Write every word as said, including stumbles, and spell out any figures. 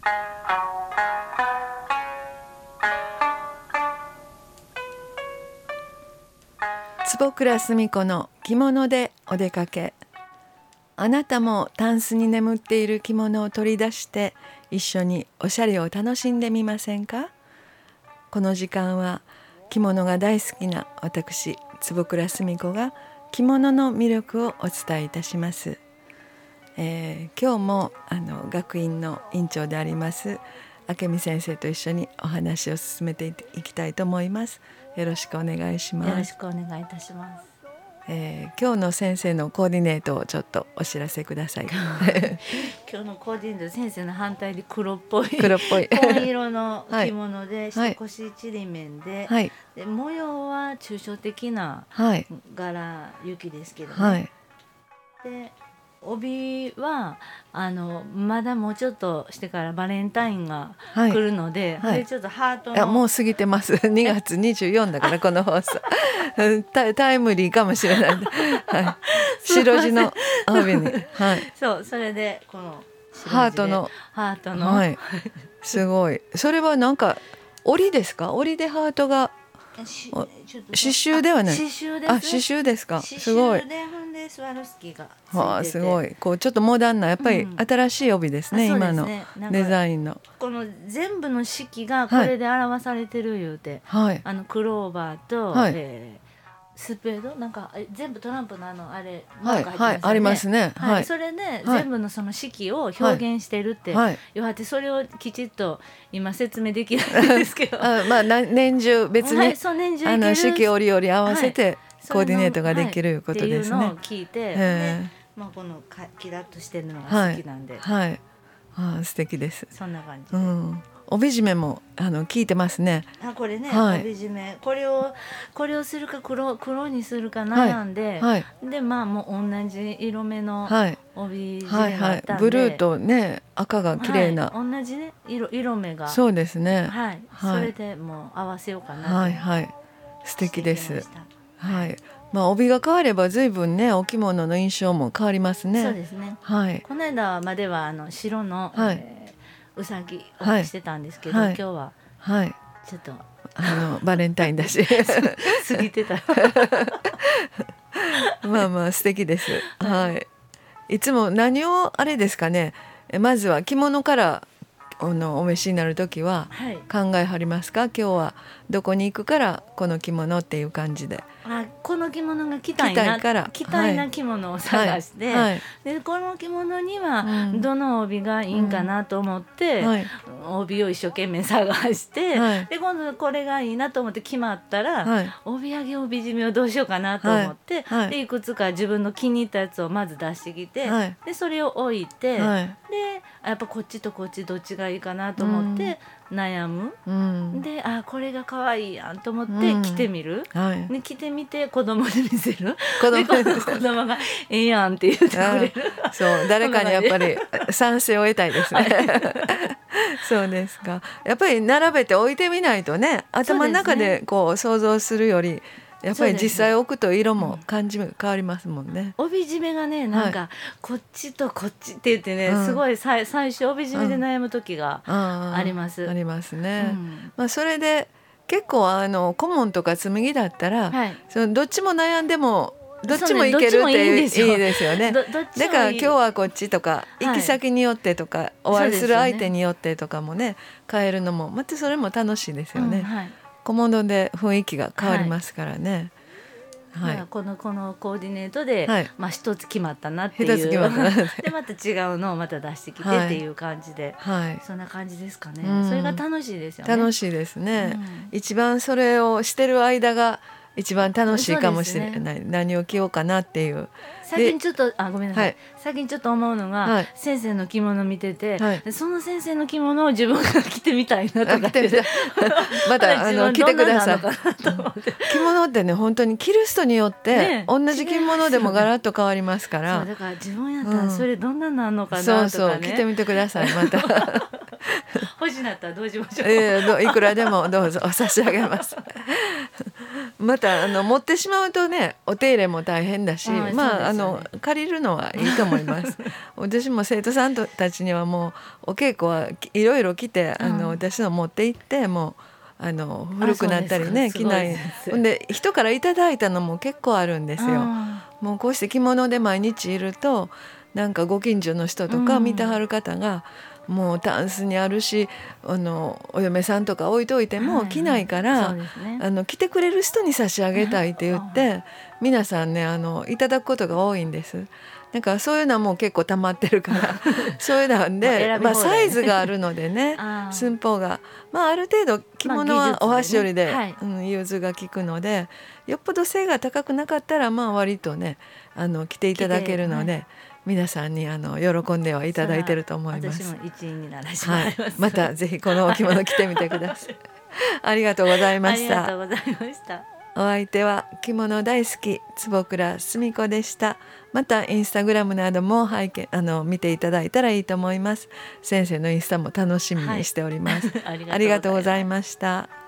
坪倉澄子の着物でお出かけ。あなたもタンスに眠っている着物を取り出して一緒におしゃれを楽しんでみませんか。この時間は着物が大好きな私坪倉澄子が着物の魅力をお伝えいたします。えー、今日もあの学院の院長であります明美先生と一緒にお話を進めていきたいと思います。よろしくお願いします。 よろしくお願いいたします。 えー、今日の先生のコーディネートをちょっとお知らせください。 今日のコーディネート、先生の反対に黒っぽい黒っぽい紺色の着物で、 はい、 下腰ちりめんで、はい、で模様は抽象的な柄雪ですけどね、はい、で帯はあのまだもうちょっとしてからバレンタインが来るので、はいはい、でちょっとハートの、 いやもう過ぎてます。にがつにじゅうよっかだからこの放送タ, タイムリーかもしれない、はい、白地の帯に、はい、 そうそれでこのハートのハートの、 はい、すごい。それはなんか織ですか？織でハートが刺繍ではない。 刺繍です。 あ、刺繍ですか。すごい。 刺繍でほんでスワロフスキーがついてて、 はあ、すごい。こうちょっとモダンなやっぱり新しい帯ですね、うん、今のデザインの。 この全部の四季がこれで表されてるいうて、はい、あのクローバーと、はい、えースペードなんか全部トランプのあのあれマーク入ってますよね、はいはい、 ありますね、 はいはい、それで、ね、全部のその四季を表現してるって、はい、言われてそれをきちっと今説明できないんですけどあ、まあ、年中別に、はい、そう年中いけるあの四季折々合わせてコーディネートができるいうことですね、はい、 っていうのを聞いて、で、まあ、このキラッとしてるのが好きなんで、 はいはい、あ、素敵です。 そんな感じで、 うん、帯締めもあの効いてますね。 あ、これね、はい、帯締めこれをこれをするか 黒, 黒にするか悩んで、はいはい、でまあもう同じ色目の帯締めがあったんで、はいはいはい、 ブルーとね赤が綺麗な、 はい、同じね 色, 色目がそうですね、 はいはい、それでもう合わせようかなと、 はいはい、素敵です。はい、まあ、帯が変われば随分ねお着物の印象も変わりますね。 そうですね、 はい、 この間まではあの白の、はい、えーうさぎをしてたんですけど、はい、今日はちょっと、はい、 あのバレンタインだし過ぎてたまあまあ素敵です、はい、いつも何をあれですかね、まずは着物からあのお召しになるときは考えはりますか、はい、今日はどこに行くからこの着物っていう感じで、 あ、この着物が着たいな、着たいから着たいな着物を探して、はいはい、でこの着物にはどの帯がいいんかなと思って、うん、はい、帯を一生懸命探して、はい、で今度これがいいなと思って決まったら、はい、帯揚げ帯締めをどうしようかなと思って、はいはい、でいくつか自分の気に入ったやつをまず出してきて、はい、でそれを置いて、はい、でやっぱこっちとこっちどっちがいいかなと思って悩む、うん、であこれが可愛いやんと思って着てみる、うんはい、で着てみて子供に見せる、子供, 子供がええやんって言ってくれるそう誰かにやっぱり賛成を得たいですねそうですか。やっぱり並べて置いてみないとね、頭の中でこう想像するよりやっぱり実際置くと色も感じ変わりますもんね。 帯締めがねなんか、はい、こっちとこっちって言ってね、うん、すごい最初帯締めで悩む時があります、 うん、ありますね、うん、まあ、それで結構あの顧問とか紬だったら、はい、そのどっちも悩んでもどっちもいけるっていう、ね、いいんですよ、いいですよね。だから今日はこっちとか、はい、行き先によってとかお会いする相手によってとかもね変えるのもまたそれも楽しいですよね、うん、はい、小物で雰囲気が変わりますからね、 はい、まあ、このこのコーディネートで、はい、まあ、一つ決まったなっていう、 一つ決まったなでまた違うのをまた出してきてっていう感じで、はい、そんな感じですかね、うん、それが楽しいですよね。 楽しいですね、うん、一番それをしてる間が一番楽しいかもしれない、ね、何を着ようかなっていう。 最近ちょっとあごめんなさい、はい、最近ちょっと思うのが、はい、先生の着物見てて、はい、その先生の着物を自分が着てみたいなとかってまたあの着てください。着物ってね本当に着る人によって、ね、同じ着物でもガラッと変わりますから、 そうだから自分やったらそれどんなのあんのかなとかね、うん、そうそう着てみてくださいまた欲しなったらどうしましょう、 えー、いくらでもどうぞ差し上げますまたあの持ってしまうとねお手入れも大変だし、あまああの借りるのはいいと思います私も生徒さんたちにはもうお稽古はいろいろ来てあの私の持って行ってもうあの古くなったりね着ないで人からいただいたのも結構あるんですよ。もうこうして着物で毎日いるとなんかご近所の人とか見てはる方が、うん、もうタンスにあるしあのお嫁さんとか置いといても着ないから、はいはいね、あの着てくれる人に差し上げたいって言って皆さんねあのいただくことが多いんです。なんかそういうのはもう結構溜まってるからそういうので、まあ、サイズがあるのでね寸法が、まあ、ある程度着物はお箸折りで、まあねはいうん、融通が利くのでよっぽど背が高くなかったらまあ割とねあの着ていただけるので、はい、皆さんにあの喜んではいただいてると思います。 私も一員にならせてもらいます、はい、 またぜひこのお着物着てみてくださいありがとうございました。 ありがとうございました。 お相手は着物大好き坪倉澄子でした。またインスタグラムなども拝見あの見ていただいたらいいと思います。先生のインスタも楽しみにしております、はい、ありがとうございました。